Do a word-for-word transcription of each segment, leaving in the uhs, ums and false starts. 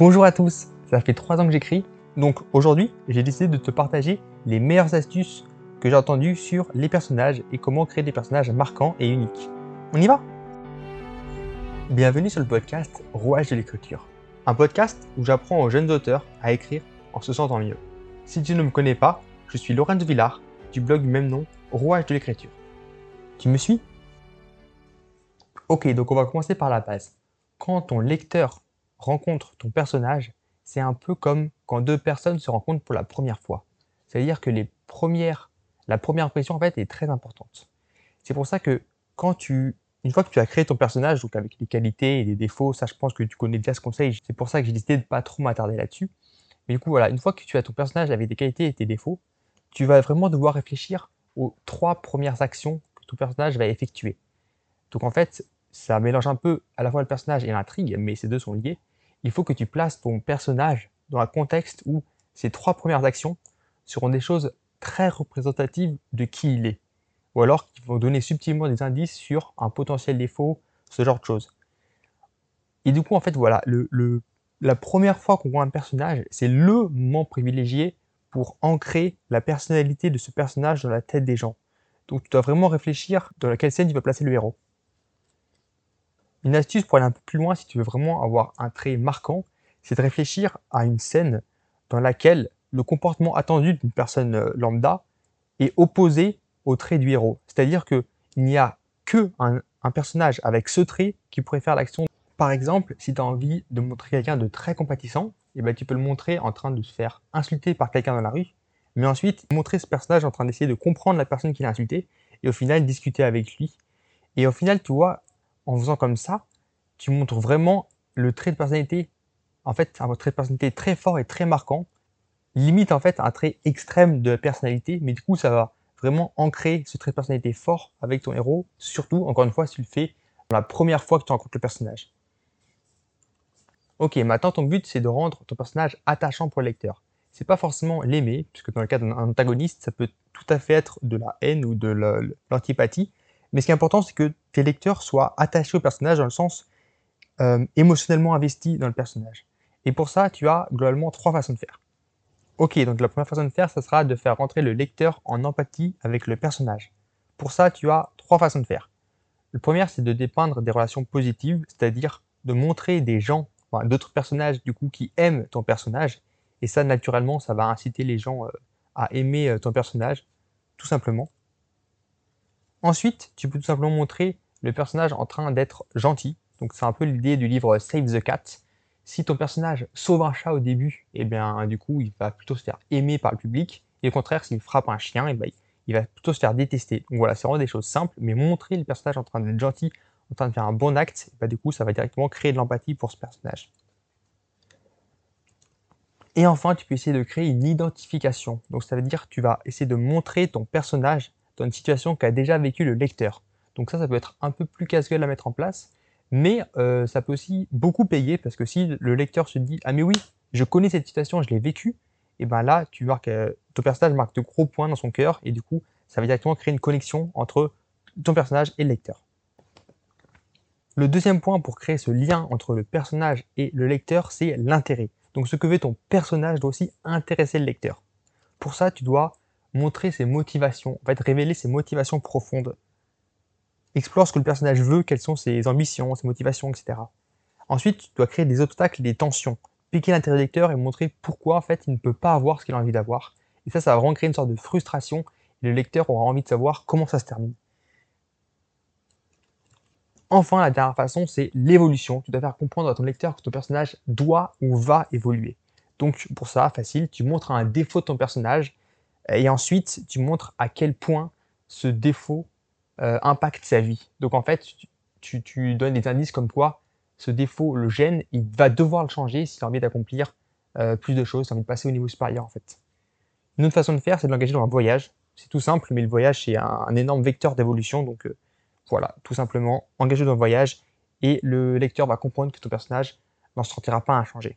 Bonjour à tous, ça fait trois ans que j'écris, donc aujourd'hui j'ai décidé de te partager les meilleures astuces que j'ai entendues sur les personnages et comment créer des personnages marquants et uniques. On y va? Bienvenue sur le podcast Rouage de l'écriture, un podcast où j'apprends aux jeunes auteurs à écrire en se sentant mieux. Si tu ne me connais pas, je suis Lorenzo Villard du blog du même nom, Rouage de l'écriture. Tu me suis? Ok, donc on va commencer par la base. Quand ton lecteur rencontre ton personnage, c'est un peu comme quand deux personnes se rencontrent pour la première fois. C'est-à-dire que les premières, la première impression en fait est très importante. C'est pour ça que quand tu, une fois que tu as créé ton personnage, donc avec les qualités et les défauts, ça je pense que tu connais déjà ce conseil, c'est pour ça que j'ai décidé de pas trop m'attarder là-dessus. Mais du coup voilà, une fois que tu as ton personnage avec des qualités et des défauts, tu vas vraiment devoir réfléchir aux trois premières actions que ton personnage va effectuer. Donc en fait, ça mélange un peu à la fois le personnage et l'intrigue, mais ces deux sont liés. Il faut que tu places ton personnage dans un contexte où ces trois premières actions seront des choses très représentatives de qui il est. Ou alors qui vont donner subtilement des indices sur un potentiel défaut, ce genre de choses. Et du coup, en fait, voilà, le, le, la première fois qu'on voit un personnage, c'est le moment privilégié pour ancrer la personnalité de ce personnage dans la tête des gens. Donc tu dois vraiment réfléchir dans laquelle scène tu vas placer le héros. Une astuce pour aller un peu plus loin si tu veux vraiment avoir un trait marquant, c'est de réfléchir à une scène dans laquelle le comportement attendu d'une personne lambda est opposé au trait du héros. C'est-à-dire qu'il n'y a que un, un personnage avec ce trait qui pourrait faire l'action. Par exemple, si tu as envie de montrer quelqu'un de très compatissant, eh ben, tu peux le montrer en train de se faire insulter par quelqu'un dans la rue, mais ensuite montrer ce personnage en train d'essayer de comprendre la personne qui l'a insulté et au final discuter avec lui. Et au final, tu vois, en faisant comme ça, tu montres vraiment le trait de personnalité, en fait, un trait de personnalité très fort et très marquant, limite en fait un trait extrême de la personnalité, mais du coup, ça va vraiment ancrer ce trait de personnalité fort avec ton héros, surtout, encore une fois, si tu le fais la première fois que tu rencontres le personnage. Ok, maintenant ton but c'est de rendre ton personnage attachant pour le lecteur. C'est pas forcément l'aimer, puisque dans le cas d'un antagoniste, ça peut tout à fait être de la haine ou de l'antipathie. Mais ce qui est important, c'est que tes lecteurs soient attachés au personnage dans le sens euh, émotionnellement investis dans le personnage. Et pour ça, tu as globalement trois façons de faire. Ok, donc la première façon de faire, ça sera de faire rentrer le lecteur en empathie avec le personnage. Pour ça, tu as trois façons de faire. Le premier, c'est de dépeindre des relations positives, c'est-à-dire de montrer des gens, enfin, d'autres personnages du coup qui aiment ton personnage. Et ça, naturellement, ça va inciter les gens euh, à aimer euh, ton personnage, tout simplement. Ensuite, tu peux tout simplement montrer le personnage en train d'être gentil. Donc c'est un peu l'idée du livre Save the Cat. Si ton personnage sauve un chat au début, et eh bien du coup il va plutôt se faire aimer par le public. Et au contraire, s'il frappe un chien, et eh bien, il va plutôt se faire détester. Donc voilà, c'est vraiment des choses simples, mais montrer le personnage en train d'être gentil, en train de faire un bon acte, et bah, du coup ça va directement créer de l'empathie pour ce personnage. Et enfin, tu peux essayer de créer une identification. Donc ça veut dire que tu vas essayer de montrer ton personnage dans une situation qu'a déjà vécu le lecteur. Donc ça, ça peut être un peu plus casse-gueule à mettre en place, mais euh, ça peut aussi beaucoup payer parce que si le lecteur se dit « Ah mais oui, je connais cette situation, je l'ai vécue », et ben là, tu marques, euh, ton personnage marque de gros points dans son cœur et du coup, ça va directement créer une connexion entre ton personnage et le lecteur. Le deuxième point pour créer ce lien entre le personnage et le lecteur, c'est l'intérêt. Donc ce que veut ton personnage doit aussi intéresser le lecteur. Pour ça, tu dois montrer ses motivations, en fait révéler ses motivations profondes. Explore ce que le personnage veut, quelles sont ses ambitions, ses motivations, et cetera. Ensuite, tu dois créer des obstacles, des tensions, piquer l'intérêt du lecteur et montrer pourquoi en fait il ne peut pas avoir ce qu'il a envie d'avoir. Et ça, ça va vraiment créer une sorte de frustration et le lecteur aura envie de savoir comment ça se termine. Enfin, la dernière façon, c'est l'évolution. Tu dois faire comprendre à ton lecteur que ton personnage doit ou va évoluer. Donc pour ça, facile, tu montres un défaut de ton personnage et ensuite tu montres à quel point ce défaut euh, impacte sa vie. Donc en fait, tu, tu, tu donnes des indices comme quoi ce défaut le gêne, il va devoir le changer s'il a envie d'accomplir euh, plus de choses, s'il a envie de passer au niveau supérieur en fait. Une autre façon de faire, c'est de l'engager dans un voyage. C'est tout simple, mais le voyage, c'est un, un énorme vecteur d'évolution. Donc euh, voilà, tout simplement, engagé dans le voyage et le lecteur va comprendre que ton personnage n'en sortira pas inchangé.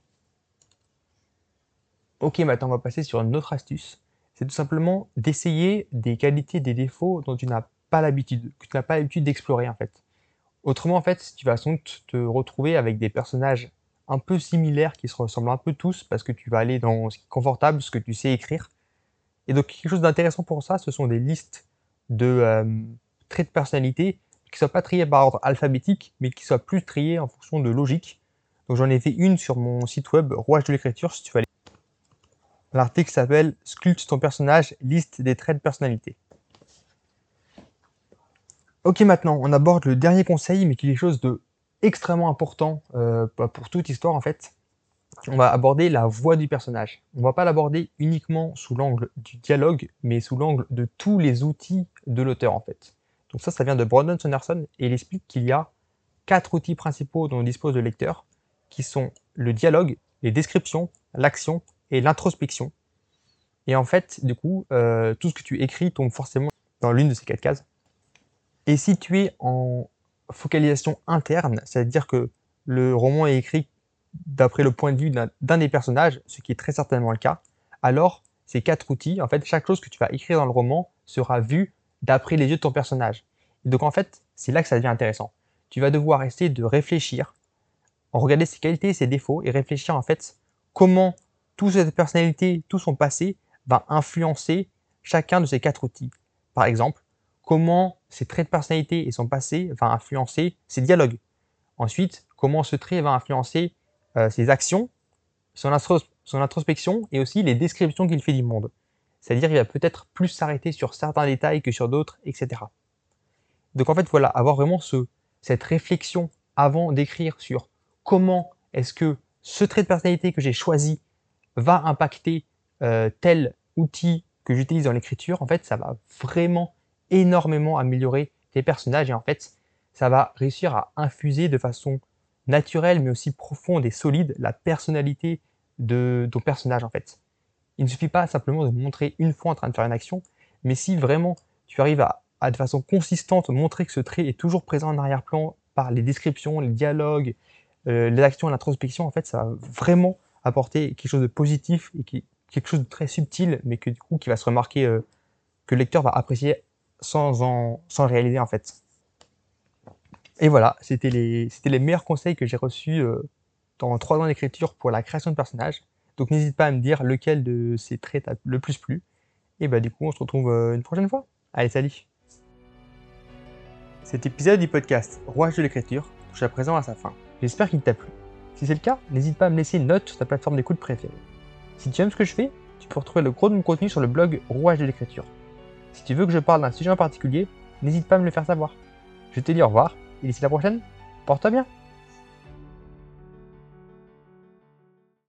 Ok, maintenant on va passer sur une autre astuce. C'est tout simplement d'essayer des qualités, des défauts dont tu n'as pas l'habitude, que tu n'as pas l'habitude d'explorer en fait. Autrement, en fait, tu vas sans doute te retrouver avec des personnages un peu similaires, qui se ressemblent un peu tous, parce que tu vas aller dans ce qui est confortable, ce que tu sais écrire. Et donc quelque chose d'intéressant pour ça, ce sont des listes de euh, traits de personnalité qui ne soient pas triés par ordre alphabétique, mais qui soient plus triés en fonction de logique. Donc j'en ai fait une sur mon site web, Rouage de l'écriture, si tu veux aller. L'article s'appelle « Sculpte ton personnage, liste des traits de personnalité ». Ok, maintenant, on aborde le dernier conseil, mais qui est quelque chose de extrêmement important euh, pour toute histoire en fait. On va aborder la voix du personnage. On ne va pas l'aborder uniquement sous l'angle du dialogue, mais sous l'angle de tous les outils de l'auteur en fait. Donc ça, ça vient de Brandon Sanderson, et il explique qu'il y a quatre outils principaux dont dispose le lecteur, qui sont le dialogue, les descriptions, l'action et l'introspection. Et en fait, du coup, euh, tout ce que tu écris tombe forcément dans l'une de ces quatre cases. Et si tu es en focalisation interne, c'est-à-dire que le roman est écrit d'après le point de vue d'un des personnages, ce qui est très certainement le cas, alors ces quatre outils, en fait, chaque chose que tu vas écrire dans le roman sera vue d'après les yeux de ton personnage. Et donc en fait, c'est là que ça devient intéressant. Tu vas devoir essayer de réfléchir, en regarder ses qualités et ses défauts, et réfléchir en fait comment toute cette personnalité, tout son passé, va influencer chacun de ces quatre outils. Par exemple, comment ses traits de personnalité et son passé vont influencer ses dialogues. Ensuite, comment ce trait va influencer euh, ses actions, son, intros son introspection et aussi les descriptions qu'il fait du monde. C'est-à-dire qu'il va peut-être plus s'arrêter sur certains détails que sur d'autres, et cetera. Donc en fait, voilà, avoir vraiment ce, cette réflexion avant d'écrire sur comment est-ce que ce trait de personnalité que j'ai choisi va impacter euh, tel outil que j'utilise dans l'écriture, en fait, ça va vraiment énormément améliorer tes personnages et en fait, ça va réussir à infuser de façon naturelle mais aussi profonde et solide la personnalité de ton personnage en fait. Il ne suffit pas simplement de montrer une fois en train de faire une action, mais si vraiment tu arrives à, à de façon consistante montrer que ce trait est toujours présent en arrière-plan par les descriptions, les dialogues, euh, les actions et l'introspection, en fait, ça va vraiment apporter quelque chose de positif et qui, quelque chose de très subtil, mais que du coup qui va se remarquer, euh, que le lecteur va apprécier sans, en, sans le réaliser en fait. Et voilà, c'était les, c'était les meilleurs conseils que j'ai reçus euh, dans trois ans d'écriture pour la création de personnages. Donc n'hésite pas à me dire lequel de ces traits t'a le plus plu. Et bah du coup on se retrouve euh, une prochaine fois. Allez, salut. Cet épisode du podcast Rouage de l'écriture touche à présent à sa fin. J'espère qu'il t'a plu. Si c'est le cas, n'hésite pas à me laisser une note sur ta plateforme d'écoute préférée. Si tu aimes ce que je fais, tu peux retrouver le gros de mon contenu sur le blog Rouage de l'écriture. Si tu veux que je parle d'un sujet en particulier, n'hésite pas à me le faire savoir. Je te dis au revoir, et d'ici la prochaine, porte-toi bien.